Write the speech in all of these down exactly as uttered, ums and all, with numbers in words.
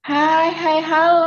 Hai, hai, halo.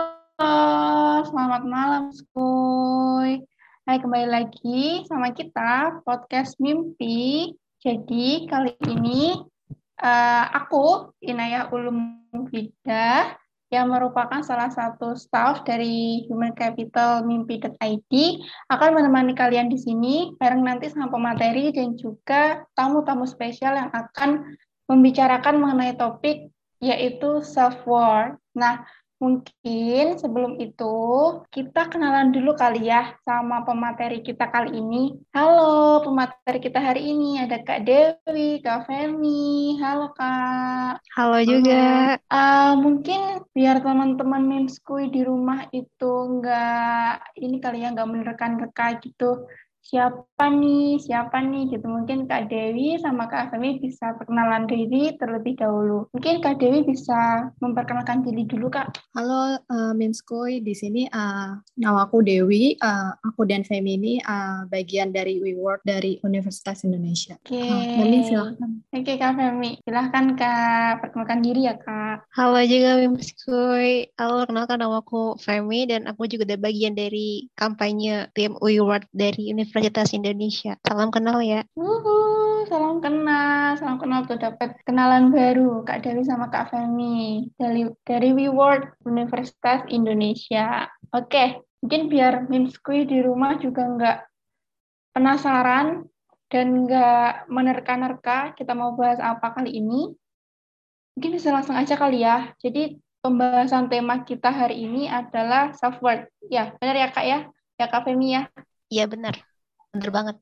Selamat malam, Skuy. Hai, kembali lagi sama kita, Podcast Mimpi. Jadi, kali ini eh, aku, Inayah Ulum Fidah, yang merupakan salah satu staff dari Human Capital Mimpi titik I D, akan menemani kalian di sini, bareng nanti sama pemateri dan juga tamu-tamu spesial yang akan membicarakan mengenai topik yaitu self-worth. Nah, mungkin sebelum itu kita kenalan dulu kali ya sama pemateri kita kali ini. Halo, pemateri kita hari ini ada Kak Dewi, Kak Femi. Halo Kak. Halo juga. Ah, mungkin biar teman-teman Mimskui di rumah itu nggak ini kali ya nggak menerka-nerka gitu. Siapa nih, siapa nih gitu. Mungkin Kak Dewi sama Kak Femi bisa perkenalan diri terlebih dahulu. Mungkin Kak Dewi bisa memperkenalkan diri dulu Kak. Halo, uh, Minskoy. Di sini uh, nama aku Dewi. Uh, aku dan Femi ini uh, bagian dari WeWork dari Universitas Indonesia. Oke, Uh, Femi silahkan. oke Kak Femi. Silahkan Kak, perkenalkan diri ya Kak. Halo juga Mims Kuy. Halo, kenalkan nama aku Femi dan aku juga ada bagian dari kampanye tim WeWork dari Universitas Indonesia. Salam kenal ya. Wuhu, salam kenal, salam kenal tuh dapat kenalan baru Kak Dewi sama Kak Femi dari dari WeWorld Universitas Indonesia. Oke, mungkin biar Mimskui di rumah juga nggak penasaran dan nggak menerka-nerka kita mau bahas apa kali ini. Mungkin bisa langsung aja kali ya. Jadi pembahasan tema kita hari ini adalah self-worth. Ya, benar ya Kak ya? Ya Kak Femi ya? Iya benar, benar banget.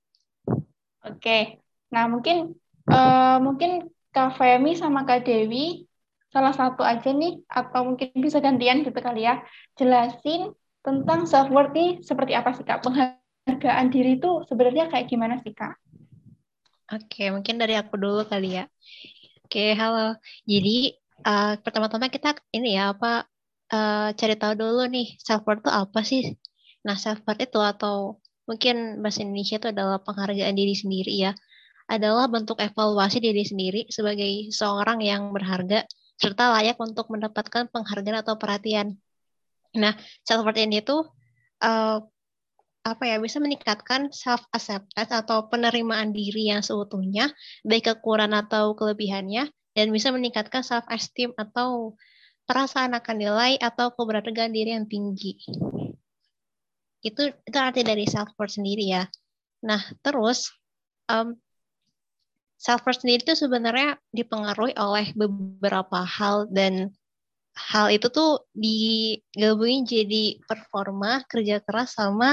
Oke, nah mungkin eh, mungkin Kak Femi sama Kak Dewi salah satu aja nih, atau mungkin bisa gantian gitu kali ya, jelasin tentang self worth nih seperti apa sih Kak? Penghargaan diri itu sebenarnya kayak gimana sih Kak? Oke, mungkin dari aku dulu kali ya. Oke, halo. Jadi, uh, pertama-tama kita ini ya, apa, uh, cari tahu dulu nih, self-worth itu apa sih? Nah, self-worth itu atau mungkin bahasa Indonesia itu adalah penghargaan diri sendiri ya, adalah bentuk evaluasi diri sendiri sebagai seorang yang berharga serta layak untuk mendapatkan penghargaan atau perhatian. Nah, self-worth ini tuh uh, apa ya bisa meningkatkan self acceptance atau penerimaan diri yang seutuhnya, baik kekurangan atau kelebihannya, dan bisa meningkatkan self esteem atau perasaan akan nilai atau keberhargaan diri yang tinggi. Itu itu arti dari self worth sendiri ya. Nah, terus um, self worth sendiri itu sebenarnya dipengaruhi oleh beberapa hal dan hal itu tuh digabungin jadi performa, kerja keras sama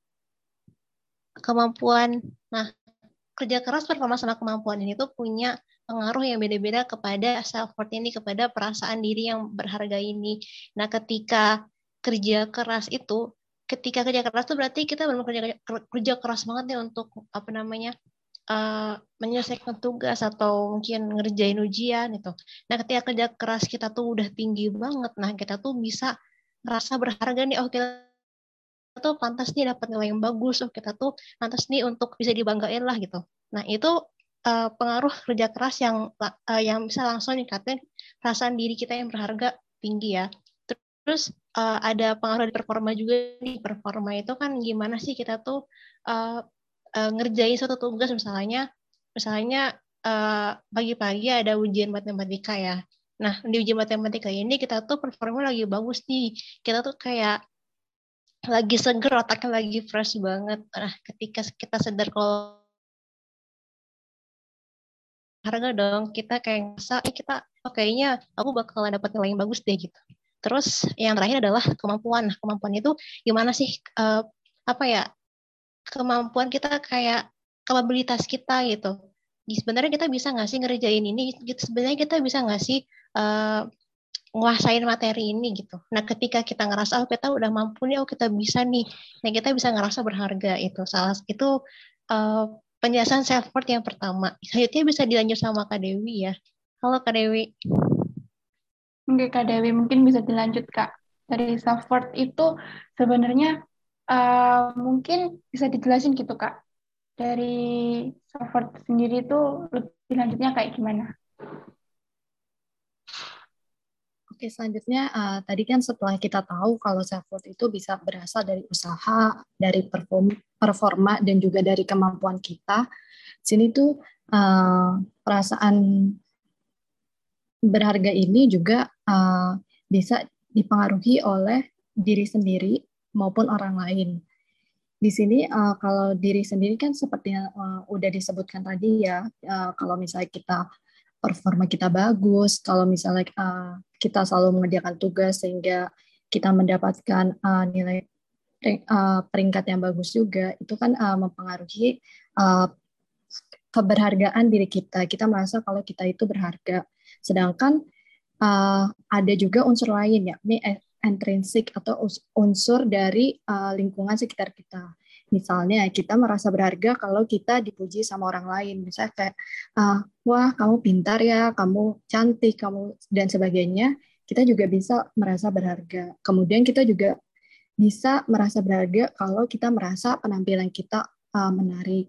kemampuan. Nah, kerja keras performa sama kemampuan ini tuh punya pengaruh yang beda-beda kepada self worth ini, kepada perasaan diri yang berharga ini. Nah, ketika kerja keras itu, ketika kerja keras tuh berarti kita benar kerja, kerja keras banget nih untuk apa namanya uh, menyelesaikan tugas atau mungkin ngerjain ujian itu. Nah, ketika kerja keras kita tuh udah tinggi banget, nah kita tuh bisa merasa berharga nih, oh kita tuh pantas nih dapat nilai yang bagus, oh kita tuh pantas nih untuk bisa dibanggain lah gitu. Nah itu uh, pengaruh kerja keras yang uh, yang bisa langsung ningkatin perasaan diri kita yang berharga tinggi ya. Terus uh, ada pengaruh di performa juga nih. Performa itu kan gimana sih kita tuh uh, uh, ngerjain suatu tugas misalnya, misalnya uh, pagi-pagi ada ujian matematika ya. Nah, di ujian matematika ini kita tuh performa lagi bagus nih. Kita tuh kayak lagi seger, otaknya lagi fresh banget. Nah, ketika kita sadar kalau harga dong, kita kayak ngerasa, eh kita, oh kayaknya aku bakalan dapat nilai yang bagus deh gitu. Terus yang terakhir adalah kemampuan. Nah, kemampuan itu gimana sih, uh, apa ya, kemampuan kita kayak kapabilitas kita gitu. Sebenarnya kita bisa nggak sih ngerjain ini? Gitu. Sebenarnya kita bisa nggak sih uh, nguasain materi ini gitu. Nah, ketika kita ngerasa oh kita udah mampu nih, oh kita bisa nih. Nah, kita bisa ngerasa berharga itu. Salah itu uh, penjelasan self worth yang pertama. Selanjutnya bisa dilanjut sama Kak Dewi ya. Halo Kak Dewi. Oke Kak Dewi, mungkin bisa dilanjut Kak. Dari self worth itu sebenarnya eh, mungkin bisa dijelasin gitu Kak. Dari self worth sendiri itu lebih lanjutnya kayak gimana? Oke, selanjutnya uh, tadi kan setelah kita tahu kalau self worth itu bisa berasal dari usaha, dari perform, performa dan juga dari kemampuan kita. Sini tuh uh, perasaan berharga ini juga uh, bisa dipengaruhi oleh diri sendiri maupun orang lain. Di sini uh, kalau diri sendiri kan seperti yang uh, udah disebutkan tadi ya, uh, kalau misalnya kita performa kita bagus, kalau misalnya uh, kita selalu mengerjakan tugas sehingga kita mendapatkan uh, nilai uh, peringkat yang bagus juga, itu kan uh, mempengaruhi uh, keberhargaan diri kita. Kita merasa kalau kita itu berharga. Sedangkan uh, ada juga unsur lain ya, ini intrinsik atau unsur dari uh, lingkungan sekitar kita. Misalnya kita merasa berharga kalau kita dipuji sama orang lain, misalnya kayak uh, wah kamu pintar ya, kamu cantik, kamu dan sebagainya. Kita juga bisa merasa berharga. Kemudian kita juga bisa merasa berharga kalau kita merasa penampilan kita uh, menarik.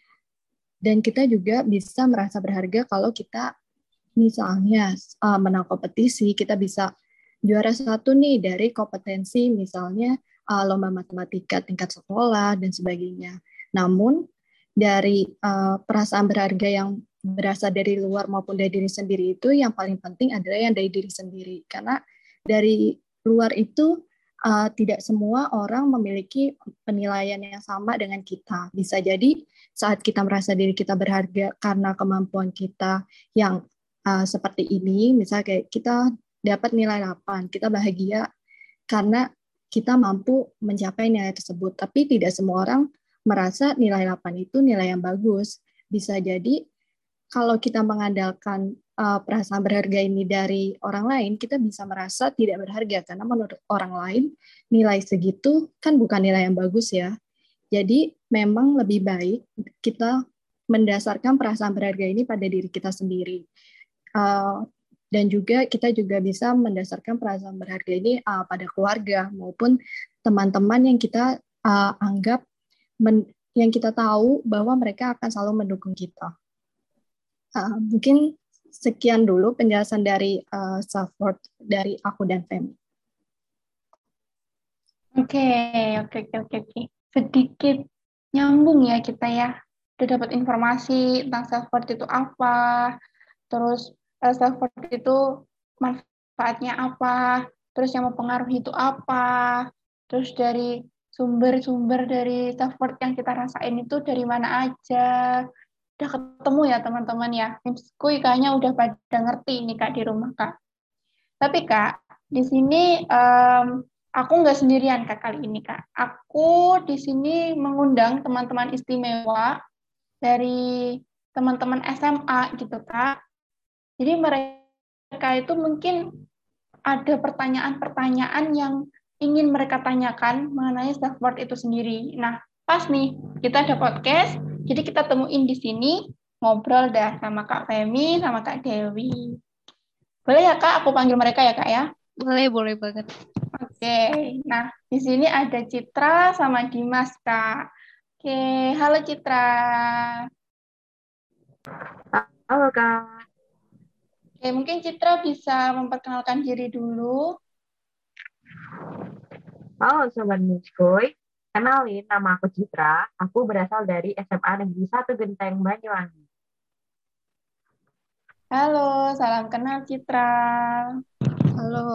Dan kita juga bisa merasa berharga kalau kita misalnya uh, menang kompetisi, kita bisa juara satu nih dari kompetensi misalnya uh, lomba matematika tingkat sekolah dan sebagainya. Namun dari uh, perasaan berharga yang berasal dari luar maupun dari diri sendiri itu yang paling penting adalah yang dari diri sendiri. Karena dari luar itu uh, tidak semua orang memiliki penilaian yang sama dengan kita. Bisa jadi saat kita merasa diri kita berharga karena kemampuan kita yang uh, seperti ini, misalnya kayak kita dapat nilai delapan, kita bahagia karena kita mampu mencapai nilai tersebut. Tapi tidak semua orang merasa nilai delapan itu nilai yang bagus. Bisa jadi kalau kita mengandalkan uh, perasaan berharga ini dari orang lain, kita bisa merasa tidak berharga karena menurut orang lain nilai segitu kan bukan nilai yang bagus ya. Jadi memang lebih baik kita mendasarkan perasaan berharga ini pada diri kita sendiri. Uh, dan juga kita juga bisa mendasarkan perasaan berharga ini uh, pada keluarga maupun teman-teman yang kita uh, anggap men, yang kita tahu bahwa mereka akan selalu mendukung kita. Uh, mungkin sekian dulu penjelasan dari uh, self-worth dari aku dan Femi. Oke, oke, oke, oke, oke. Sedikit nyambung ya kita ya. Udah dapat informasi tentang self-worth itu apa, terus uh, self-worth itu manfaatnya apa, terus yang mempengaruhi itu apa, terus dari sumber-sumber dari self-worth yang kita rasain itu dari mana aja. Udah ketemu ya teman-teman ya. Mimskuy kayaknya udah pada ngerti ini Kak di rumah Kak. Tapi Kak, di sini um, aku nggak sendirian Kak kali ini Kak. Aku di sini mengundang teman-teman istimewa dari teman-teman S M A gitu Kak. Jadi mereka itu mungkin ada pertanyaan-pertanyaan yang ingin mereka tanyakan mengenai self-worth itu sendiri. Nah, pas nih, kita ada podcast, jadi kita temuin di sini, ngobrol dah sama Kak Femi, sama Kak Dewi. Boleh ya Kak, aku panggil mereka ya Kak ya? Boleh, boleh banget. Oke, nah di sini ada Citra sama Dimas Kak. Oke, halo Citra. Halo Kak. Oke, mungkin Citra bisa memperkenalkan diri dulu. Halo Sobat Mimskuy. Kenalin, nama aku Citra. Aku berasal dari S M A Negeri satu Genteng, Banyuwangi. Halo, salam kenal Citra. Halo.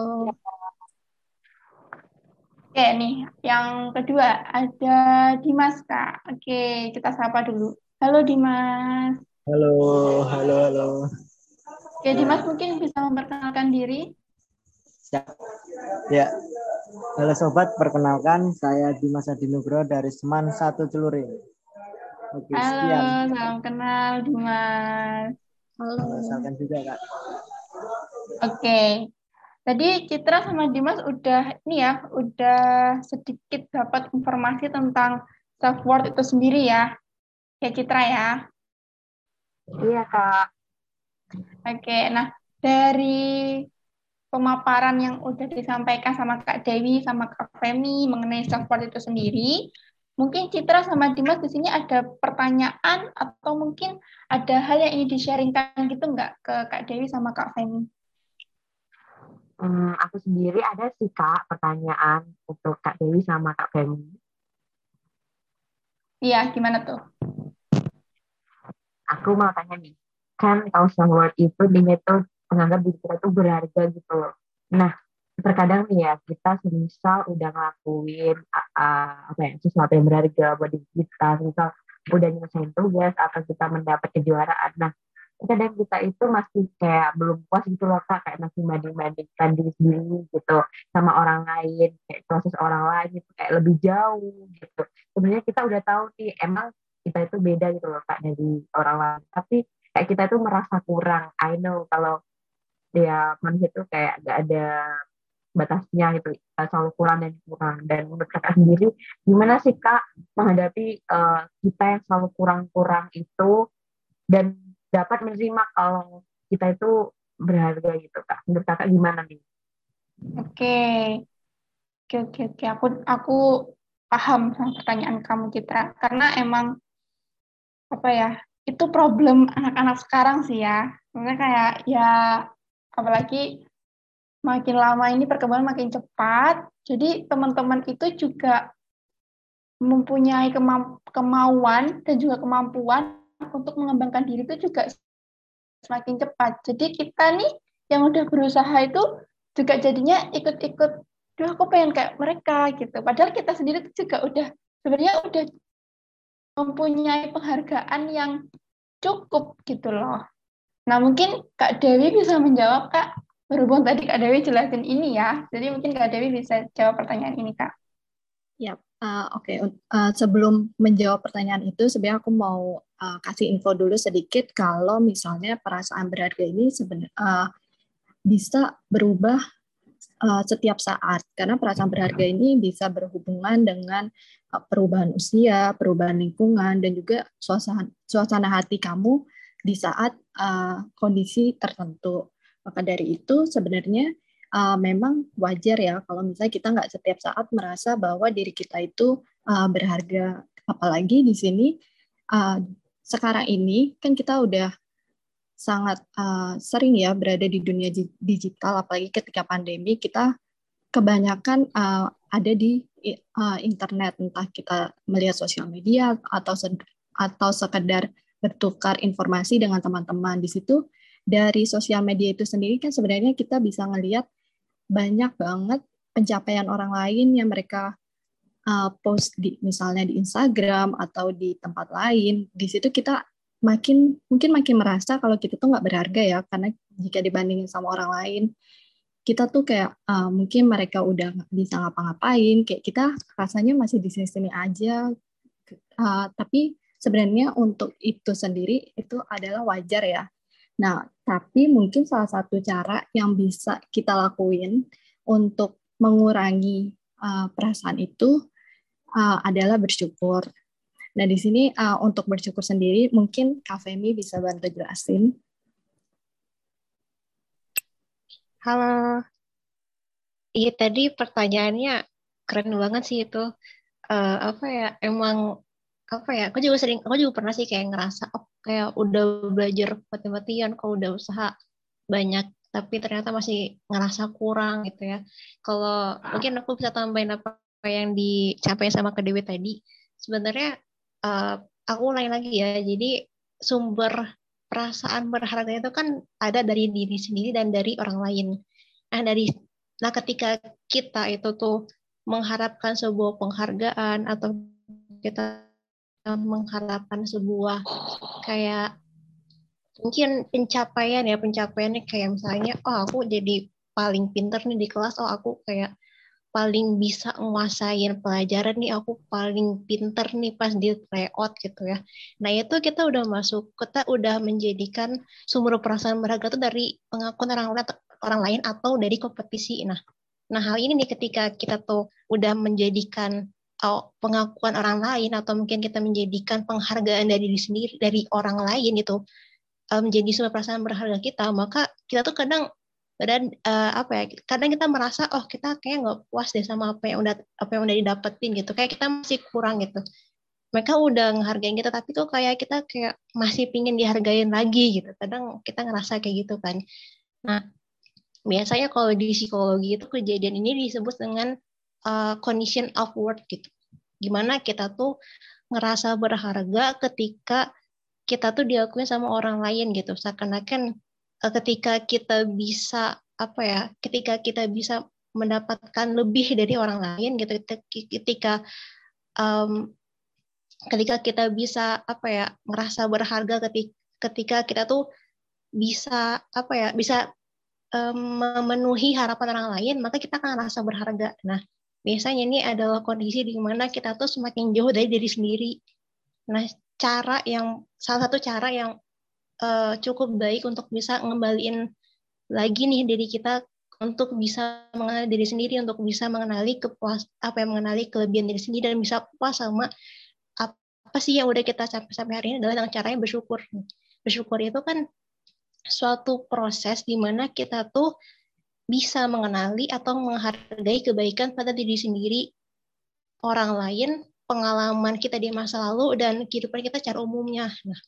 Oke nih, yang kedua ada Dimas Kak. Oke, kita sapa dulu. Halo Dimas. Halo, halo, halo. Oke, Dimas mungkin bisa memperkenalkan diri. Siap. Ya. Halo sobat, perkenalkan saya Dimas Adinugro dari Seman satu Celuring. Oke, Halo, sekian. salam kenal Dimas. Halo. Salam juga Kak. Oke. Tadi Citra sama Dimas udah ini ya, udah sedikit dapat informasi tentang self worth itu sendiri ya. Ya Citra ya. Iya Kak. Oke, nah dari pemaparan yang udah disampaikan sama Kak Dewi sama Kak Femi mengenai self worth itu sendiri, mungkin Citra sama Dimas di sini ada pertanyaan atau mungkin ada hal yang ingin di-sharingkan gitu nggak ke Kak Dewi sama Kak Femi? Hmm, aku sendiri ada sih Kak pertanyaan untuk Kak Dewi sama Kak Femi. Iya, gimana tuh? Aku mau tanya nih, kan tahu self worth itu dia itu menganggap diri kita tuh berharga gitu loh. Nah, terkadang nih ya kita semisal udah ngelakuin uh, apa ya sesuatu yang berharga buat diri kita, misal udah nyelesain tugas atau kita mendapat kejuaraan. Nah, kadang kita itu masih kayak belum puas gitu loh Kak, kayak masih banding-bandingkan diri sendiri gitu sama orang lain, kayak proses orang lain itu kayak lebih jauh gitu. Sebenarnya kita udah tahu nih emang kita itu beda gitu loh Kak dari orang lain, tapi kayak kita tuh merasa kurang. I know kalau dia manusia tuh kayak gak ada batasnya gitu, kita selalu kurang dan kurang. Dan menurut Kakak sendiri gimana sih Kak menghadapi uh, kita yang selalu kurang-kurang itu dan dapat menerima kalau kita itu berharga gitu Kak. Menurut Kakak gimana nih? Oke, oke, oke, oke. Aku aku paham sama pertanyaan kamu, Citra. Karena emang apa ya, itu problem anak-anak sekarang sih ya. Maksudnya kayak ya, apalagi makin lama ini perkembangan makin cepat. Jadi teman-teman itu juga mempunyai kemamp- kemauan dan juga kemampuan untuk mengembangkan diri itu juga semakin cepat. Jadi kita nih yang udah berusaha itu juga jadinya ikut-ikut, duh aku pengen kayak mereka gitu. Padahal kita sendiri tuh juga udah sebenarnya udah mempunyai penghargaan yang cukup gitu loh. Nah mungkin Kak Dewi bisa menjawab Kak, berhubung tadi Kak Dewi jelasin ini ya, jadi mungkin Kak Dewi bisa jawab pertanyaan ini Kak. Ya, uh, oke. Okay. Uh, sebelum menjawab pertanyaan itu, sebenarnya aku mau uh, kasih info dulu sedikit kalau misalnya perasaan berharga ini sebenarnya uh, bisa berubah uh, setiap saat, karena perasaan berharga ini bisa berhubungan dengan uh, perubahan usia, perubahan lingkungan, dan juga suasana suasana hati kamu di saat uh, kondisi tertentu. Maka dari itu sebenarnya uh, memang wajar ya kalau misalnya kita nggak setiap saat merasa bahwa diri kita itu uh, berharga. Apalagi di sini uh, sekarang ini kan kita udah sangat uh, sering ya berada di dunia digital, apalagi ketika pandemi kita kebanyakan uh, ada di uh, internet, entah kita melihat sosial media atau atau sekedar bertukar informasi dengan teman-teman. Di situ dari sosial media itu sendiri kan sebenarnya kita bisa ngelihat banyak banget pencapaian orang lain yang mereka uh, post di misalnya di Instagram atau di tempat lain. Di situ kita makin mungkin makin merasa kalau kita tuh nggak berharga ya, karena jika dibandingin sama orang lain kita tuh kayak uh, mungkin mereka udah bisa ngapa-ngapain, kayak kita rasanya masih di sini-sini aja. Uh, tapi sebenarnya untuk itu sendiri itu adalah wajar ya. Nah, tapi mungkin salah satu cara yang bisa kita lakuin untuk mengurangi uh, perasaan itu uh, adalah bersyukur. Nah, di sini uh, untuk bersyukur sendiri mungkin Kak Femi bisa bantu jelasin. Halo. Iya tadi pertanyaannya keren banget sih itu. Uh, apa ya emang apa ya? Aku juga sering, aku juga pernah sih kayak ngerasa, oh kayak udah belajar mati-matian, kalau udah usaha banyak, tapi ternyata masih ngerasa kurang gitu ya. Kalau mungkin aku bisa tambahin apa yang dicapai sama Kak Dewi tadi. Sebenarnya uh, aku ulangi lagi ya. Jadi sumber perasaan berharga itu kan ada dari diri sendiri dan dari orang lain. Nah dari Nah, ketika kita itu tuh mengharapkan sebuah penghargaan atau kita mengharapkan sebuah kayak mungkin pencapaian ya, pencapaiannya kayak misalnya, oh aku jadi paling pinter nih di kelas, oh aku kayak paling bisa nguasain pelajaran nih, aku paling pinter nih pas di tryout gitu ya. Nah itu kita udah masuk, kita udah menjadikan sumber perasaan berharga itu dari pengakuan orang lain, orang lain atau dari kompetisi. Nah, nah hal ini nih ketika kita tuh udah menjadikan oh, pengakuan orang lain atau mungkin kita menjadikan penghargaan dari diri sendiri, dari orang lain itu menjadi sumber perasaan berharga kita, maka kita tuh kadang dan uh, apa ya kadang kita merasa oh kita kayak nggak puas deh sama apa yang udah apa yang udah didapetin gitu, kayak kita masih kurang gitu. Mereka udah ngehargain kita tapi kok kayak kita kayak masih pingin dihargain lagi gitu, kadang kita ngerasa kayak gitu kan. Nah biasanya kalau di psikologi itu kejadian ini disebut dengan uh, condition of worth gitu. Gimana kita tuh ngerasa berharga ketika kita tuh diakuin sama orang lain gitu. Seakan-akan uh, ketika kita bisa apa ya, ketika kita bisa mendapatkan lebih dari orang lain gitu, ketika um, ketika kita bisa apa ya merasa berharga ketika ketika kita tuh bisa apa ya bisa um, memenuhi harapan orang lain, maka kita akan merasa berharga. Nah, biasanya ini adalah kondisi di mana kita tuh semakin jauh dari diri sendiri. Nah, cara yang salah satu cara yang uh, cukup baik untuk bisa ngembaliin lagi nih diri kita untuk bisa mengenali diri sendiri, untuk bisa mengenali kepuas apa yang mengenali kelebihan diri sendiri dan bisa puas sama apa sih yang udah kita capai sampai hari ini adalah dengan caranya bersyukur. Bersyukur itu kan suatu proses di mana kita tuh bisa mengenali atau menghargai kebaikan pada diri sendiri, orang lain, pengalaman kita di masa lalu, dan kehidupan kita secara umumnya. Nah,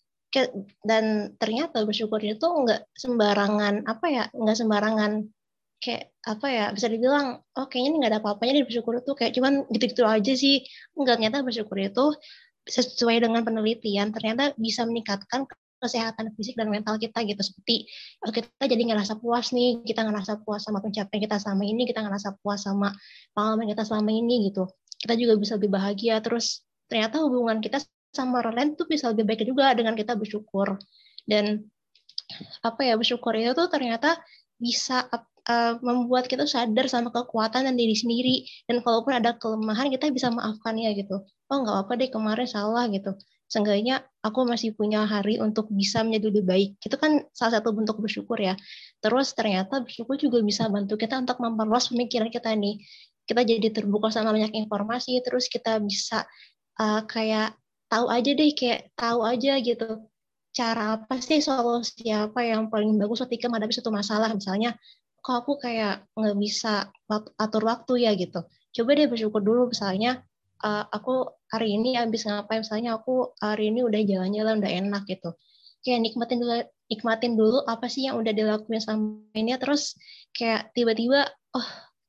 dan ternyata bersyukur itu nggak sembarangan apa ya, nggak sembarangan kayak apa ya bisa dibilang oh kayaknya ini nggak ada apa-apanya di bersyukur itu kayak cuman gitu-gitu aja sih. Enggak, ternyata bersyukur itu sesuai dengan penelitian ternyata bisa meningkatkan kesehatan fisik dan mental kita gitu. Seperti kita jadi ngerasa puas nih, kita ngerasa puas sama pencapaian kita selama ini, kita ngerasa puas sama pengalaman kita selama ini gitu. Kita juga bisa lebih bahagia, terus ternyata hubungan kita sama orang lain tuh bisa lebih baik juga dengan kita bersyukur. Dan apa ya bersyukur itu tuh ternyata bisa uh, membuat kita sadar sama kekuatan dan diri sendiri, dan kalaupun ada kelemahan kita bisa maafkan ya gitu. Oh nggak apa-apa deh kemarin salah gitu, seenggaknya aku masih punya hari untuk bisa menjadi lebih baik. Itu kan salah satu bentuk bersyukur ya. Terus ternyata bersyukur juga bisa bantu kita untuk memperluas pemikiran kita nih. Kita jadi terbuka sama banyak informasi, terus kita bisa uh, kayak tahu aja deh, kayak tahu aja gitu cara apa sih, solusi apa yang paling bagus ketika menghadapi suatu masalah. Misalnya, kok aku kayak nggak bisa atur waktu ya gitu. Coba deh bersyukur dulu, misalnya uh, aku hari ini habis ngapain, misalnya aku hari ini udah jalan-jalan, udah enak gitu. Kayak nikmatin dulu, nikmatin dulu apa sih yang udah dilakuin sama ini, terus kayak tiba-tiba, oh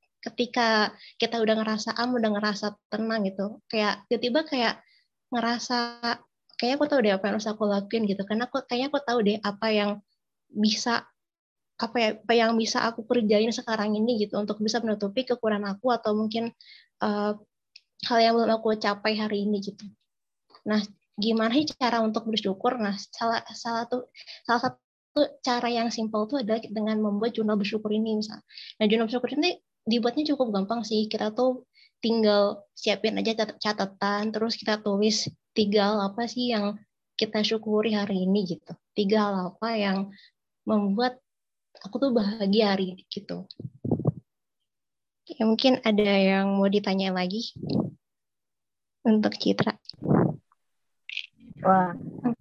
ketika kita udah ngerasa am, udah ngerasa tenang gitu, kayak tiba-tiba kayak ngerasa kayaknya aku tahu deh apa yang harus aku lakuin gitu, karena aku kayaknya aku tahu deh apa yang bisa apa ya apa yang bisa aku kerjain sekarang ini gitu untuk bisa menutupi kekurangan aku atau mungkin uh, hal yang belum aku capai hari ini gitu. Nah, gimana sih cara untuk bersyukur? Nah, salah salah satu salah satu cara yang simpel tuh adalah dengan membuat jurnal bersyukur ini misal. Nah, jurnal bersyukur ini dibuatnya cukup gampang sih. Kita tuh tinggal siapin aja catatan, terus kita tulis tiga hal apa sih yang kita syukuri hari ini gitu. Tiga hal apa yang membuat aku tuh bahagia hari ini gitu. Ya, mungkin ada yang mau ditanya lagi untuk Citra. Wah,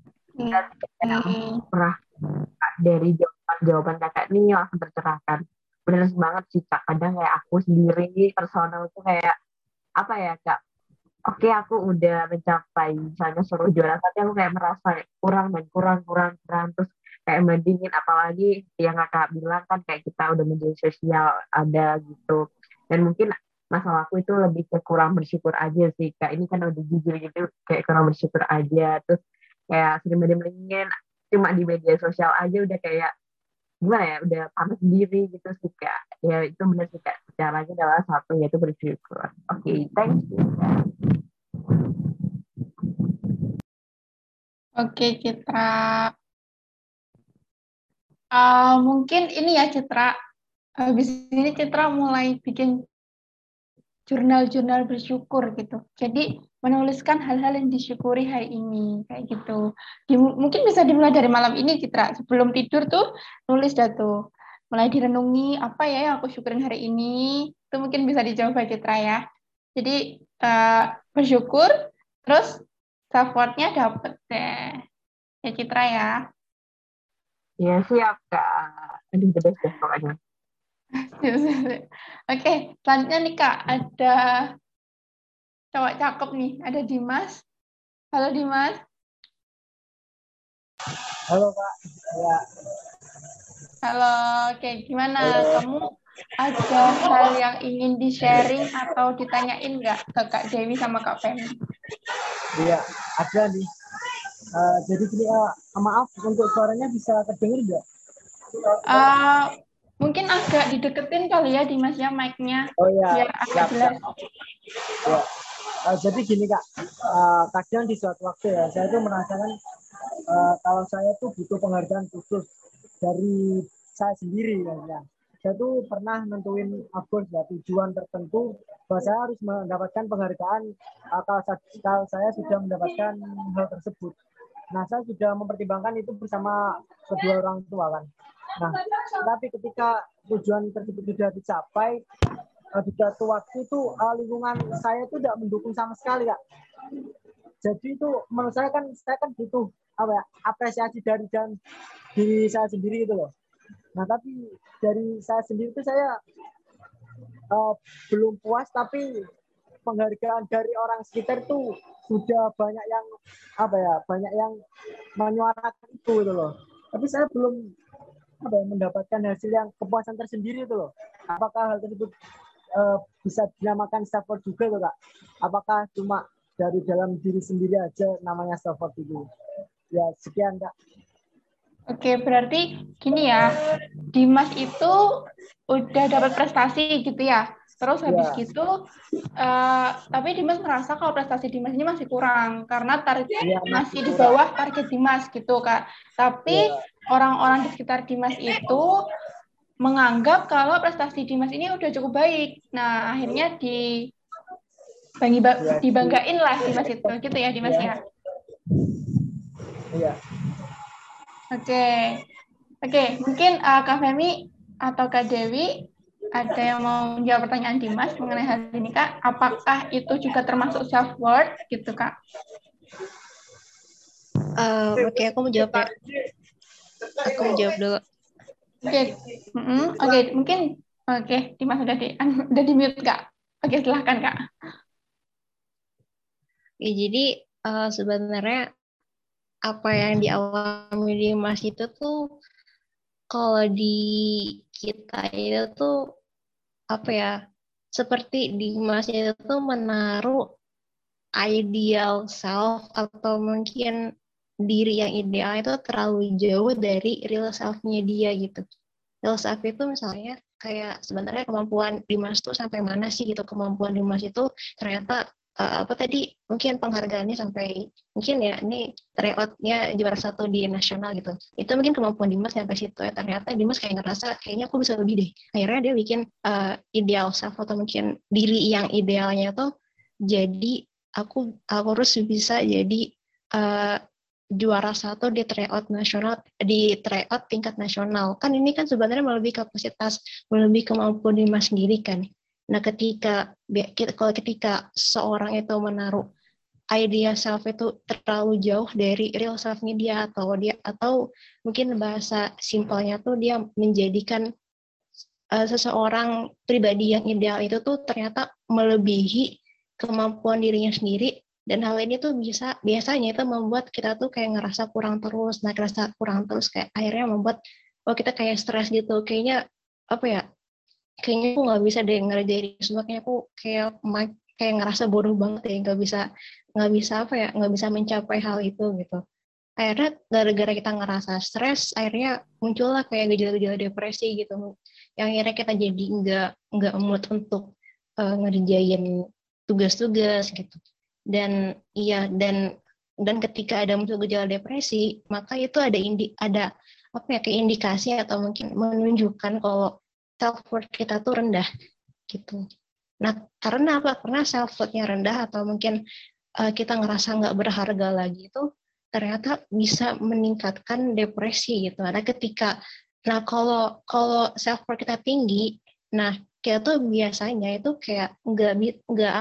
hmm. pernah dari jawaban-jawaban kakak ini langsung tercerahkan. Bener banget sih kak, kadang kayak aku sendiri personal tuh kayak apa ya kak, oke aku udah mencapai misalnya suruh juara, tapi aku kayak merasa kurang dan kurang kurang kurang terus kayak bandingin, apalagi yang kakak bilang kan kayak kita udah menjadi sosial ada gitu, dan mungkin masalahku itu lebih ke kurang bersyukur aja sih kak. Ini kan udah jujur gitu kayak kurang bersyukur aja, terus kayak sering banding-bandingin cuma di media sosial aja udah kayak gimana ya, udah panas sendiri gitu sih kak. Ya itu benar sih kak, caranya adalah satu yaitu bersyukur. Oke, okay, thanks you kak. Oke Citra, uh, mungkin ini ya Citra, habis ini Citra mulai bikin jurnal-jurnal bersyukur gitu. Jadi menuliskan hal-hal yang disyukuri hari ini kayak gitu. Di, mungkin bisa dimulai dari malam ini Citra. Sebelum tidur tuh nulis dah tuh. Mulai direnungi apa ya yang aku syukurin hari ini. Itu mungkin bisa dicoba Citra ya. Jadi uh, bersyukur terus self-worth-nya dapet deh. Ya Citra ya. Ya siap kak. Aduh the best deh pokoknya. Oke, selanjutnya nih Kak, ada cowok cakep nih, ada Dimas. Halo Dimas. Halo Kak. Ya. Halo, oke, gimana? Halo. Kamu ada hal yang ingin di-sharing atau ditanyain nggak ke Kak Dewi sama Kak Femi? Iya, ada nih. Uh, jadi gini, uh, maaf untuk suaranya bisa terdengar nggak? Uh, mungkin agak dideketin kali ya Dimas ya mic-nya, Oh iya, biar agak siap, jelas. siap. Ya. Uh, jadi gini Kak, uh, kadang di suatu waktu ya, saya tuh merasakan uh, kalau saya tuh butuh penghargaan khusus dari saya sendiri ya. Saya tuh pernah nentuin goals ya, tujuan tertentu bahwa saya harus mendapatkan penghargaan uh, kalau, saya, kalau saya sudah mendapatkan hal tersebut. Nah, saya sudah mempertimbangkan itu bersama kedua orang tua kan. Nah, tapi ketika tujuan tersebut sudah dicapai, di suatu waktu itu uh, lingkungan saya itu tidak mendukung sama sekali Kak. Jadi itu menurut saya kan saya kan butuh apa ya, apresiasi dari dan diri saya sendiri gitu loh. Nah tapi dari saya sendiri itu saya uh, belum puas, tapi penghargaan dari orang sekitar itu sudah banyak yang apa ya banyak yang menyuarakan itu gitu loh. Tapi saya belum apa ya, mendapatkan hasil yang kepuasan tersendiri itu loh. Apakah hal tersebut uh, bisa dinamakan self worth juga tuh Kak? Apakah cuma dari dalam diri sendiri aja namanya self worth itu? Ya sekian Kak. Oke, berarti gini ya, Dimas itu udah dapat prestasi gitu ya. Terus habis Ya. gitu, uh, tapi Dimas merasa kalau prestasi Dimas ini masih kurang karena target Ya, masih di kurang. bawah target Dimas gitu Kak. Tapi Ya. orang-orang di sekitar Dimas itu menganggap kalau prestasi Dimas ini udah cukup baik. Nah, akhirnya di banggi Ya, dibanggain lah Dimas itu gitu ya Dimas ya. Iya. Oke. Oke, mungkin uh, Kak Femi atau Kak Dewi ada yang mau jawab pertanyaan Dimas mengenai hal ini Kak? Apakah itu juga termasuk self worth gitu Kak? Uh, Oke, okay, aku mau jawab ya. Aku mau jawab dulu. Oke, okay. mm-hmm. Oke, okay. Mungkin oke okay. Dimas udah di udah di mute Kak. Oke, okay, silahkan Kak. Ya, jadi uh, sebenarnya apa yang dialami Dimas itu tuh kalau di kita itu tuh apa ya, seperti Dimas itu tuh menaruh ideal self atau mungkin diri yang ideal itu terlalu jauh dari real self-nya dia gitu. Real self itu misalnya kayak sebenarnya kemampuan Dimas tuh sampai mana sih gitu, kemampuan Dimas itu ternyata uh, apa tadi mungkin penghargaannya sampai mungkin ya ini tryoutnya juara satu di nasional gitu, itu mungkin kemampuan Dimas sampai situ ya. Ternyata Dimas kayak ngerasa kayaknya aku bisa lebih deh, akhirnya dia bikin uh, ideal self atau mungkin diri yang idealnya tuh jadi aku aku harus bisa jadi uh, juara satu di tryout nasional, di tryout tingkat nasional. Kan ini kan sebenarnya melebihi kapasitas, melebihi kemampuan Dimas sendiri kan. Nah, ketika kalau ketika seorang itu menaruh idea self itu terlalu jauh dari real self-nya dia, atau dia atau mungkin bahasa simpelnya tuh dia menjadikan uh, seseorang pribadi yang ideal itu tuh ternyata melebihi kemampuan dirinya sendiri. Dan hal ini tuh bisa biasanya itu membuat kita tuh kayak ngerasa kurang terus, nah ngerasa kurang terus kayak akhirnya membuat oh kita kayak stres gitu, kayaknya apa ya, kayaknya aku nggak bisa deh ngerjain semua, kayaknya aku kayak kayak ngerasa bodoh banget ya, nggak bisa nggak bisa apa ya nggak bisa mencapai hal itu gitu. Akhirnya gara-gara kita ngerasa stres, akhirnya muncullah kayak gejala-gejala depresi gitu, yang akhirnya kita jadi nggak nggak mood untuk uh, ngerjain tugas-tugas gitu. Dan iya dan dan ketika ada muncul gejala depresi, maka itu ada indi, ada apa ya kayak indikasi atau mungkin menunjukkan kalau self worth kita tuh rendah gitu. Nah, karena apa? Karena self worth-nya rendah atau mungkin uh, kita ngerasa nggak berharga lagi itu ternyata bisa meningkatkan depresi gitu. Nah, ketika nah kalau kalau self worth kita tinggi, nah kita tuh biasanya itu kayak nggak nggak apa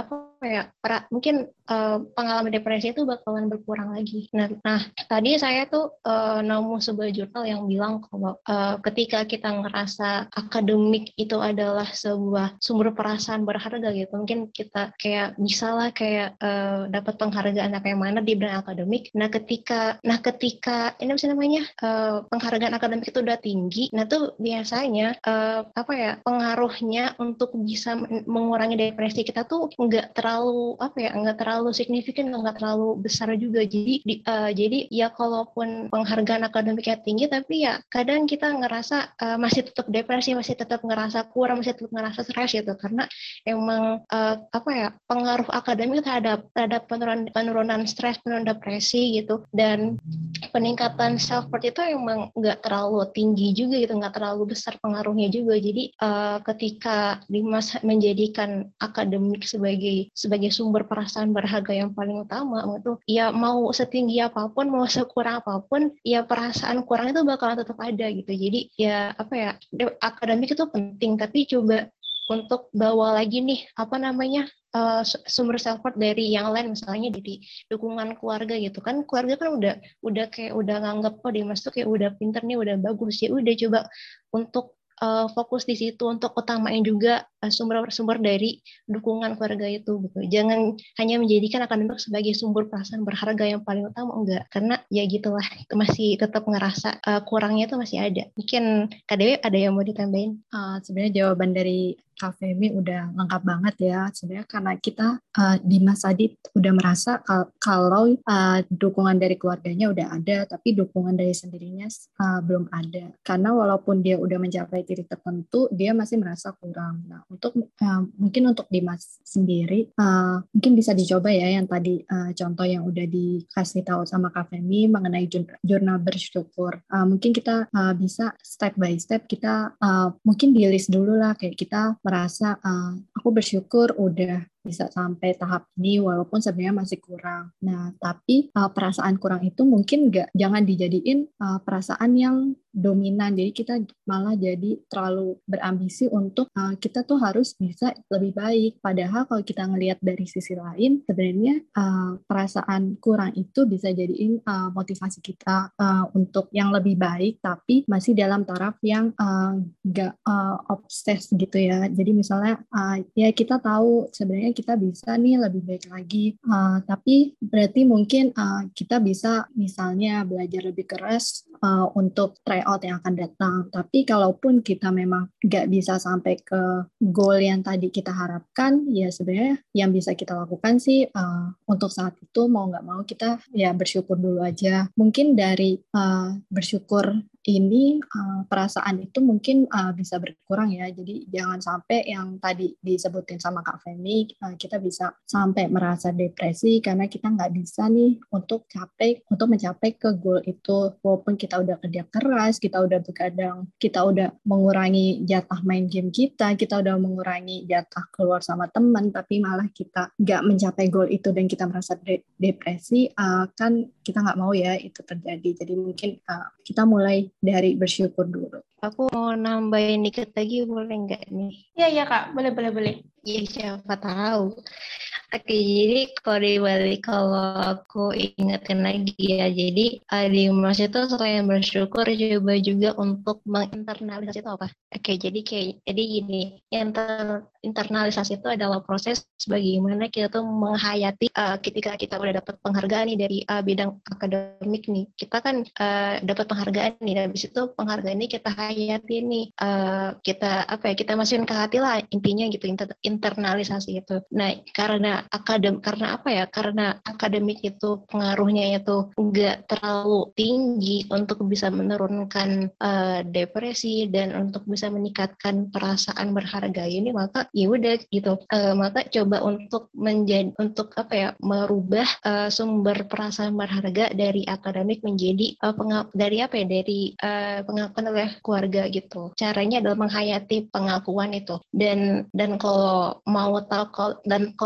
apa ya pra, mungkin uh, pengalaman depresi itu bakalan berkurang lagi. Nah, nah tadi saya tuh uh, nemu sebuah jurnal yang bilang kalau uh, ketika kita ngerasa akademik itu adalah sebuah sumber perasaan berharga gitu, mungkin kita kayak misalnya kayak uh, dapat penghargaan apa yang mana di bidang akademik. Nah ketika nah ketika ini apa namanya uh, penghargaan akademik itu udah tinggi, nah tuh biasanya uh, apa ya pengaruhnya untuk bisa mengurangi depresi kita tuh nggak terlalu apa ya nggak terlalu signifikan, nggak terlalu besar juga. Jadi di, uh, jadi ya kalaupun penghargaan akademiknya tinggi, tapi ya kadang kita ngerasa uh, masih tetap depresi, masih tetap ngerasa kurang, masih tetap ngerasa stres gitu, karena emang uh, apa ya pengaruh akademik terhadap terhadap penurunan penurunan stres, penurunan depresi gitu, dan peningkatan self worth itu emang nggak terlalu tinggi juga gitu, nggak terlalu besar pengaruhnya juga. Jadi uh, ketika Dimas menjadikan akademik sebagai sebagai sumber perasaan berharga yang paling utama, itu ya mau setinggi apapun, mau sekurang apapun, ya perasaan kurang itu bakalan tetap ada gitu. Jadi ya apa ya akademik itu penting, tapi coba untuk bawa lagi nih apa namanya uh, sumber self worth dari yang lain, misalnya dari dukungan keluarga gitu kan. Keluarga kan udah udah kayak udah nganggap oh Dimas tuh kayak udah pinter nih, udah bagus ya, udah coba untuk uh, fokus di situ, untuk utamain juga uh, sumber-sumber dari dukungan keluarga itu gitu. Jangan hanya menjadikan akademik sebagai sumber perasaan berharga yang paling utama, enggak, karena ya gitulah masih tetap ngerasa uh, kurangnya itu masih ada. Mungkin Kak Dewi ada yang mau ditambahin? Uh, sebenarnya jawaban dari Kak Femi udah lengkap banget ya. Sebenarnya karena kita uh, Dimas Adit udah merasa kal- kalau uh, dukungan dari keluarganya udah ada, tapi dukungan dari sendirinya uh, belum ada. Karena walaupun dia udah mencapai titik tertentu, dia masih merasa kurang. Nah, untuk uh, mungkin untuk Dimas sendiri, uh, mungkin bisa dicoba ya yang tadi uh, contoh yang udah dikasih tahu sama Kak Femi mengenai jurnal, jurnal bersyukur. Uh, mungkin kita uh, bisa step by step kita uh, mungkin di list dulu lah, kayak kita merasa uh, aku bersyukur udah bisa sampai tahap ini walaupun sebenarnya masih kurang. Nah, tapi uh, perasaan kurang itu mungkin nggak, jangan dijadiin uh, perasaan yang dominan. Jadi kita malah jadi terlalu berambisi untuk uh, kita tuh harus bisa lebih baik. Padahal kalau kita ngelihat dari sisi lain, sebenarnya uh, perasaan kurang itu bisa jadiin uh, motivasi kita uh, untuk yang lebih baik, tapi masih dalam taraf yang uh, nggak uh, obses gitu ya. Jadi misalnya uh, ya kita tahu sebenarnya kita bisa nih lebih baik lagi, uh, tapi berarti mungkin uh, kita bisa misalnya belajar lebih keras uh, untuk tryout yang akan datang. Tapi kalaupun kita memang nggak bisa sampai ke goal yang tadi kita harapkan, ya sebenarnya yang bisa kita lakukan sih uh, untuk saat itu mau nggak mau kita ya bersyukur dulu aja. Mungkin dari uh, bersyukur ini uh, perasaan itu mungkin uh, bisa berkurang ya. Jadi jangan sampai yang tadi disebutin sama Kak Femi, uh, kita bisa sampai merasa depresi karena kita nggak bisa nih untuk capai untuk mencapai ke goal itu. Walaupun kita udah kerja keras, kita udah begadang, kita udah mengurangi jatah main game kita, kita udah mengurangi jatah keluar sama teman, tapi malah kita nggak mencapai goal itu dan kita merasa de- depresi, uh, kan kita nggak mau ya itu terjadi. Jadi mungkin uh, kita mulai dari bersyukur dulu. Aku mau nambahin dikit lagi, boleh nggak nih? Iya, iya Kak, boleh, boleh, boleh. Iya, siapa tahu. Oke, jadi kalau dibalik, kalau aku ingetin lagi ya, jadi Dimas itu selain bersyukur coba juga untuk menginternalisasi itu apa? Oke, jadi kayak jadi gini, inter, internalisasi itu adalah proses bagaimana kita tuh menghayati uh, ketika kita udah dapat penghargaan nih dari uh, bidang akademik nih, kita kan uh, dapat penghargaan nih, dan habis itu penghargaan ini kita hayati nih, uh, kita apa ya, kita masukin ke hati lah intinya gitu, inter, internalisasi itu. Nah, karena akadem karena apa ya karena akademik itu pengaruhnya itu enggak terlalu tinggi untuk bisa menurunkan uh, depresi dan untuk bisa meningkatkan perasaan berharga ini, maka ya udah gitu, uh, maka coba untuk menjadi untuk apa ya merubah uh, sumber perasaan berharga dari akademik menjadi uh, pengap, dari apa ya dari uh, pengakuan oleh keluarga gitu. Caranya adalah menghayati pengakuan itu, dan dan kalau mau tahu dan kalau mau tahu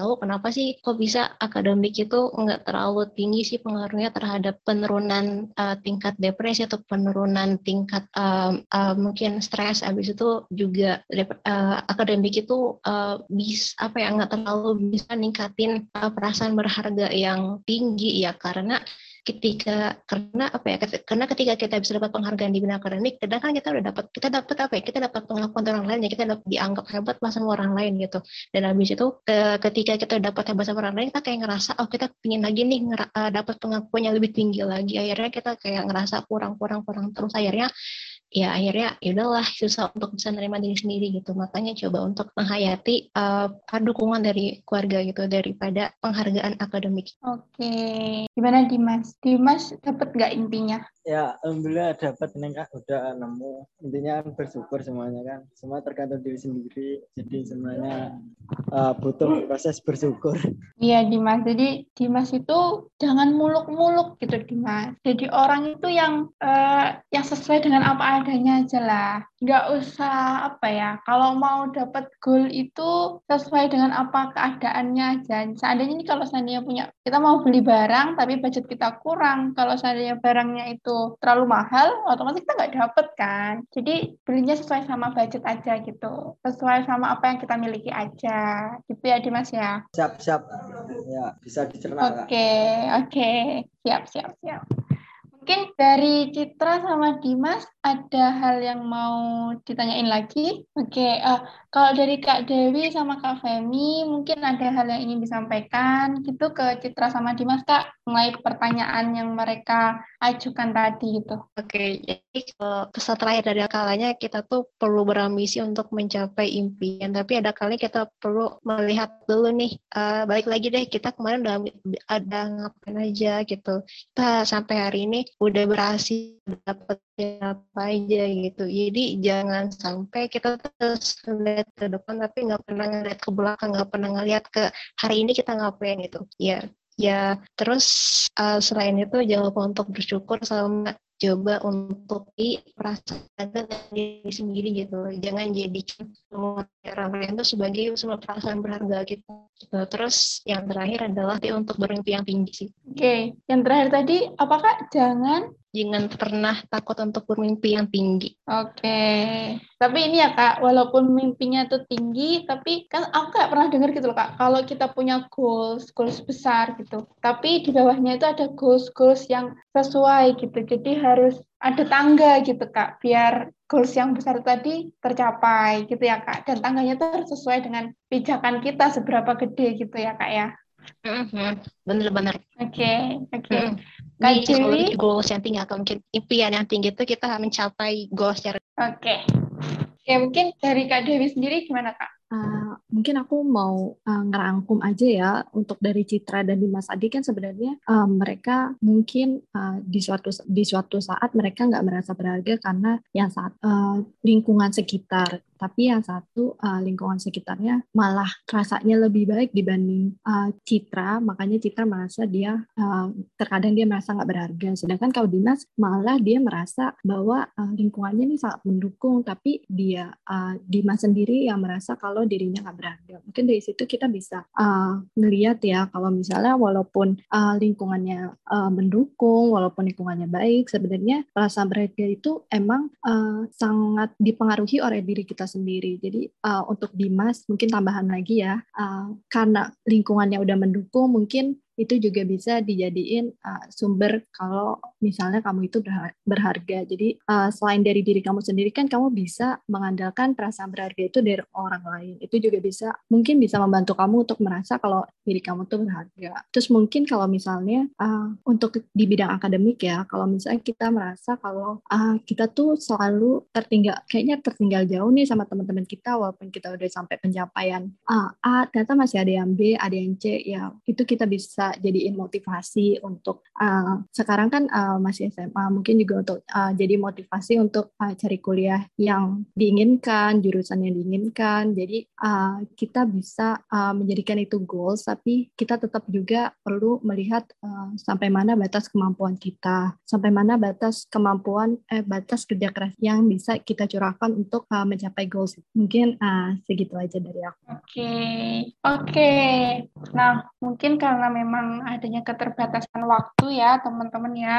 tahu kenapa sih kok bisa akademik itu nggak terlalu tinggi sih pengaruhnya terhadap penurunan uh, tingkat depresi atau penurunan tingkat um, uh, mungkin stres. Habis itu juga uh, akademik itu uh, bisa apa ya nggak terlalu bisa ningkatin uh, perasaan berharga yang tinggi ya, karena ketika karena apa ya karena ketika kita bisa dapat penghargaan di bidang akademik, kadang kan kita udah dapat kita dapat apa ya kita dapat pengakuan dari orang lain ya, kita dapat dianggap hebat lah sama orang lain gitu. Dan habis itu ke, ketika kita dapat hebat sama orang lain, kita kayak ngerasa oh kita pingin lagi nih ngera, uh, dapat pengakuan yang lebih tinggi lagi. Akhirnya kita kayak ngerasa kurang kurang kurang terus, akhirnya ya akhirnya ya udahlah susah untuk bisa menerima diri sendiri gitu. Makanya coba untuk menghayati uh, dukungan dari keluarga gitu daripada penghargaan akademik. Oke, gimana Dimas? Dimas dapat nggak intinya? Ya, alhamdulillah dapat nih Kak, udah nemu. Intinya kan bersyukur semuanya kan. Semua tergantung diri sendiri. Jadi semuanya uh, butuh proses bersyukur. Iya Dimas, jadi Dimas itu jangan muluk-muluk gitu Dimas. Jadi orang itu yang uh, yang sesuai dengan apa adanya aja lah. Nggak usah apa ya, kalau mau dapat goal itu sesuai dengan apa keadaannya aja. Seandainya ini kalau seandainya punya, kita mau beli barang tapi budget kita kurang. Kalau seandainya barangnya itu terlalu mahal, otomatis kita nggak dapet kan. Jadi belinya sesuai sama budget aja gitu. Sesuai sama apa yang kita miliki aja. Gitu ya Dimas ya. Siap-siap. Ya, bisa dicerna. Oke, okay, oke. Okay. Siap, siap, siap. Mungkin dari Citra sama Dimas ada hal yang mau ditanyain lagi? Oke, okay, uh, kalau dari Kak Dewi sama Kak Femi mungkin ada hal yang ingin disampaikan gitu ke Citra sama Dimas Kak, mengenai pertanyaan yang mereka ajukan tadi gitu. Oke, jadi pesan terakhir dari kalanya kita tuh perlu berambisi untuk mencapai impian, tapi ada kalanya kita perlu melihat dulu nih, uh, balik lagi deh kita kemarin udah ada ngapain aja gitu, kita sampai hari ini udah berhasil dapat apa aja gitu. Jadi jangan sampai kita terus lihat ke depan tapi nggak pernah ngeliat ke belakang, nggak pernah ngeliat ke hari ini kita ngapain gitu. Ya, ya terus uh, selain itu jangan lupa untuk bersyukur sama coba untuk di perasaan diri sendiri gitu. Jangan jadi semua orang lain itu sebagai sebuah perasaan berharga gitu. gitu. Terus yang terakhir adalah untuk bermimpi yang tinggi sih. Oke, okay. Yang terakhir tadi apakah jangan Jangan pernah takut untuk bermimpi yang tinggi. Oke, okay. Tapi ini ya Kak, walaupun mimpinya tuh tinggi, tapi kan aku kayak pernah dengar gitu loh Kak, kalau kita punya goals, goals besar gitu, tapi di bawahnya itu ada goals-goals yang sesuai gitu, jadi harus ada tangga gitu Kak, biar goals yang besar tadi tercapai gitu ya Kak, dan tangganya tuh harus sesuai dengan pijakan kita seberapa gede gitu ya Kak ya. Mm-hmm. Bener-bener. Oke, oke. Kak Dewi, goals yang tinggi atau mungkin impian yang tinggi itu kita mencapai goals yang. Oke. Oke, mungkin dari Kak Dewi sendiri gimana Kak? Uh, mungkin aku mau uh, ngerangkum aja ya untuk dari Citra dan Dimas Adi kan sebenarnya uh, mereka mungkin uh, di suatu di suatu saat mereka nggak merasa berharga karena yang saat uh, lingkungan sekitar, tapi yang satu uh, lingkungan sekitarnya malah rasanya lebih baik dibanding uh, Citra, makanya Citra merasa dia uh, terkadang dia merasa nggak berharga, sedangkan kalau Dimas malah dia merasa bahwa uh, lingkungannya ini sangat mendukung, tapi dia uh, Dimas sendiri yang merasa kalau dirinya nggak berharga. Mungkin dari situ kita bisa uh, ngelihat ya kalau misalnya walaupun uh, lingkungannya uh, mendukung, walaupun lingkungannya baik, sebenarnya perasaan berharga itu emang uh, sangat dipengaruhi oleh diri kita sendiri. Jadi uh, untuk Dimas mungkin tambahan lagi ya, uh, karena lingkungannya udah mendukung, mungkin itu juga bisa dijadiin uh, sumber kalau misalnya kamu itu berharga. Jadi uh, selain dari diri kamu sendiri kan kamu bisa mengandalkan perasaan berharga itu dari orang lain. Itu juga bisa mungkin bisa membantu kamu untuk merasa kalau diri kamu tuh berharga. Terus mungkin kalau misalnya uh, untuk di bidang akademik ya, kalau misalnya kita merasa kalau uh, kita tuh selalu tertinggal, kayaknya tertinggal jauh nih sama teman-teman kita walaupun kita udah sampai pencapaian uh, A, ternyata masih ada yang B, ada yang C, ya itu kita bisa kita jadiin motivasi untuk uh, sekarang kan uh, masih S M A, mungkin juga untuk uh, jadi motivasi untuk uh, cari kuliah yang diinginkan, jurusan yang diinginkan. Jadi uh, kita bisa uh, menjadikan itu goals, tapi kita tetap juga perlu melihat uh, sampai mana batas kemampuan kita, sampai mana batas kemampuan eh batas kerja keras yang bisa kita curahkan untuk uh, mencapai goals. Mungkin uh, segitu aja dari aku. Oke, okay. oke. Okay. Nah, mungkin karena memang adanya keterbatasan waktu ya, teman-teman ya,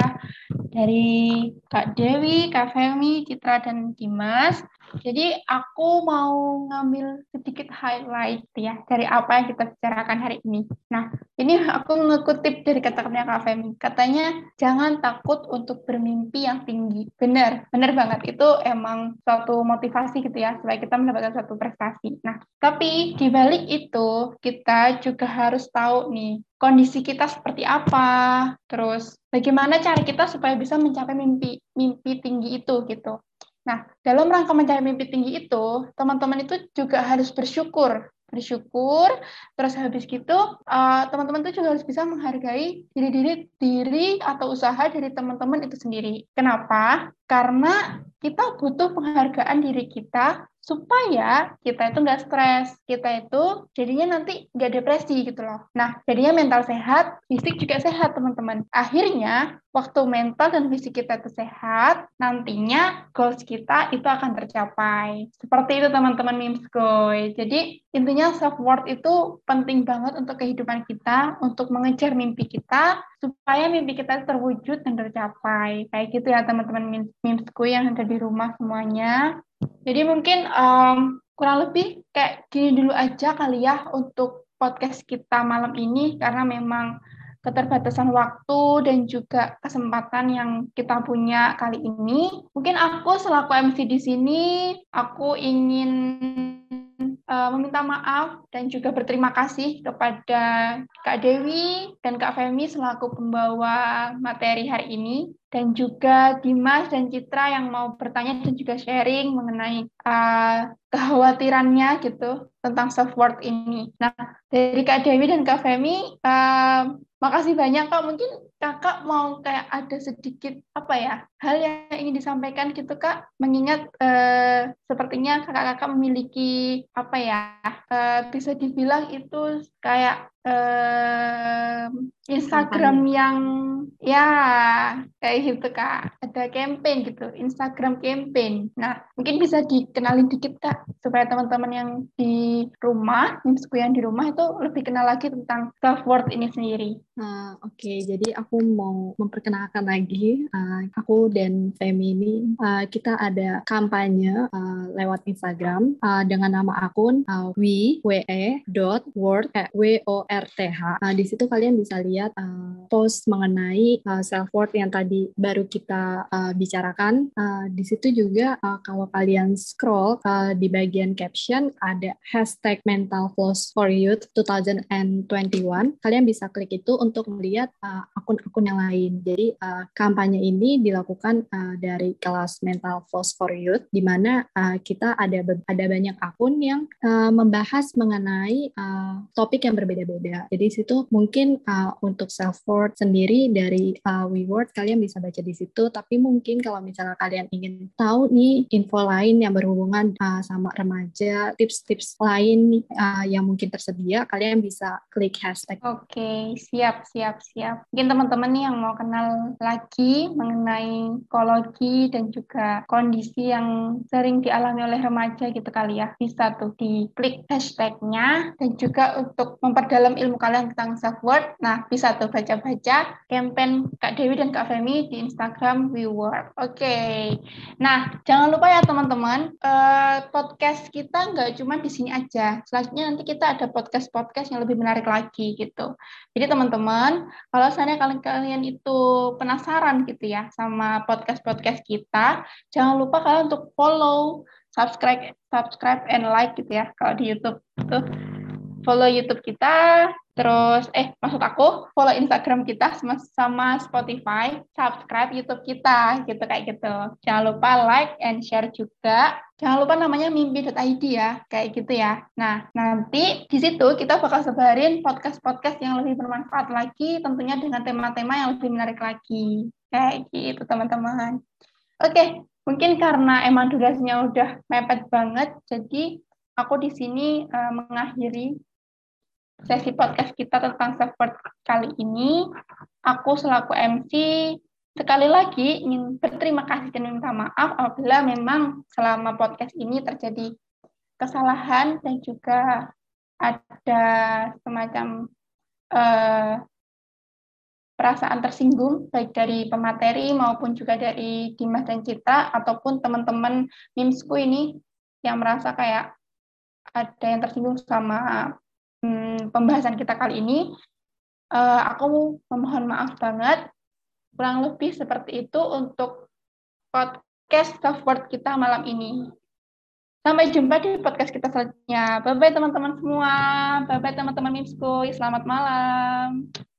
dari Kak Dewi, Kak Femi, Citra, dan Dimas. Jadi aku mau ngambil sedikit highlight ya dari apa yang kita bicarakan hari ini. Nah, ini aku ngekutip dari kata-katanya Kak Femi. Katanya, jangan takut untuk bermimpi yang tinggi. Benar, benar banget. Itu emang suatu motivasi gitu ya, supaya kita mendapatkan suatu prestasi. Nah, tapi di balik itu, kita juga harus tahu nih, kondisi kita seperti apa, terus bagaimana cara kita supaya bisa mencapai mimpi mimpi tinggi itu gitu. Nah, dalam rangka mencapai mimpi tinggi itu, teman-teman itu juga harus bersyukur. Bersyukur, terus habis gitu, uh, teman-teman itu juga harus bisa menghargai diri-diri diri atau usaha dari teman-teman itu sendiri. Kenapa? Karena kita butuh penghargaan diri kita supaya kita itu nggak stres, kita itu jadinya nanti nggak depresi gitu loh. Nah, jadinya mental sehat, fisik juga sehat teman-teman. Akhirnya, waktu mental dan fisik kita itu sehat, nantinya goals kita itu akan tercapai. Seperti itu teman-teman Mimskoy. Jadi, intinya self-worth itu penting banget untuk kehidupan kita, untuk mengejar mimpi kita, supaya mimpi kita terwujud dan tercapai. Kayak gitu ya teman-teman Mimskoy yang ada di rumah semuanya. Jadi mungkin um, kurang lebih kayak gini dulu aja kali ya untuk podcast kita malam ini, karena memang keterbatasan waktu dan juga kesempatan yang kita punya kali ini. Mungkin aku selaku M C di sini, aku ingin uh, meminta maaf dan juga berterima kasih kepada Kak Dewi dan Kak Femi selaku pembawa materi hari ini, dan juga Dimas dan Citra yang mau bertanya dan juga sharing mengenai uh, kekhawatirannya gitu tentang self-worth ini. Nah, dari Kak Dewi dan Kak Femi, uh, makasih banyak Kak. Mungkin Kakak mau kayak ada sedikit apa ya, hal yang ingin disampaikan gitu Kak, mengingat uh, sepertinya kakak-kakak memiliki apa ya, uh, bisa dibilang itu kayak uh, Instagram Kampanye. yang ya kayak gitu Kak, ada campaign gitu, Instagram campaign. Nah, mungkin bisa dikenalin dikit Kak, supaya teman-teman yang di rumah, Mimsku yang di rumah itu lebih kenal lagi tentang self-worth ini sendiri. Nah, oke, okay. Jadi aku mau memperkenalkan lagi, uh, aku dan Femi ini, uh, kita ada kampanye uh, lewat Instagram uh, dengan nama akun uh, we dot worth eh, w o r t h. Uh, di situ kalian bisa lihat uh, post mengenai uh, self worth yang tadi baru kita uh, bicarakan. Uh, di situ juga uh, kalau kalian scroll uh, di bagian caption ada hashtag mental flows for youth twenty twenty-one. Kalian bisa klik itu untuk melihat uh, akun-akun yang lain. Jadi uh, kampanye ini dilakukan uh, dari kelas Mental Flows for Youth, di mana uh, kita ada ada banyak akun yang uh, membahas mengenai uh, topik yang berbeda-beda. Jadi situ mungkin uh, untuk self worth sendiri dari uh, WeWorth kalian bisa baca di situ. Tapi mungkin kalau misalnya kalian ingin tahu nih info lain yang berhubungan uh, sama remaja, tips-tips lain uh, yang mungkin tersedia, kalian bisa klik hashtag. Oke, siap, siap, siap. Mungkin teman-teman nih yang mau kenal lagi mengenai psikologi dan juga kondisi yang sering dialami oleh remaja gitu kali ya, bisa tuh diklik hashtagnya, dan juga untuk memperdalam ilmu kalian tentang self-worth, nah bisa tuh baca-baca campaign Kak Dewi dan Kak Femi di Instagram WeWorth. Oke, nah jangan lupa ya teman-teman, eh, podcast kita nggak cuma di sini aja, selanjutnya nanti kita ada podcast-podcast yang lebih menarik lagi gitu. Jadi teman-teman, kalau seandainya kalian, kalian itu penasaran gitu ya sama podcast-podcast kita, jangan lupa kalian untuk follow, subscribe, subscribe and like gitu ya kalau di YouTube. Tuh, follow YouTube kita, Terus, eh, maksud aku, follow Instagram kita sama, sama Spotify, subscribe YouTube kita, gitu kayak gitu. Jangan lupa like and share juga. Jangan lupa namanya mimpi dot i d ya, kayak gitu ya. Nah, nanti di situ kita bakal sebarin podcast-podcast yang lebih bermanfaat lagi, tentunya dengan tema-tema yang lebih menarik lagi. Kayak gitu, teman-teman. Oke, mungkin karena emang durasinya udah mepet banget, jadi aku di sini uh, mengakhiri sesi podcast kita tentang self-worth kali ini. Aku selaku M C sekali lagi ingin berterima kasih dan minta maaf apabila memang selama podcast ini terjadi kesalahan dan juga ada semacam eh, perasaan tersinggung baik dari pemateri maupun juga dari Dimas dan Citra ataupun teman-teman mimsku ini yang merasa kayak ada yang tersinggung sama hmm, pembahasan kita kali ini. Uh, aku memohon maaf banget. Kurang lebih seperti itu untuk podcast self-worth kita malam ini. Sampai jumpa di podcast kita selanjutnya. Bye-bye teman-teman semua. Bye-bye teman-teman Mimsku. Selamat malam.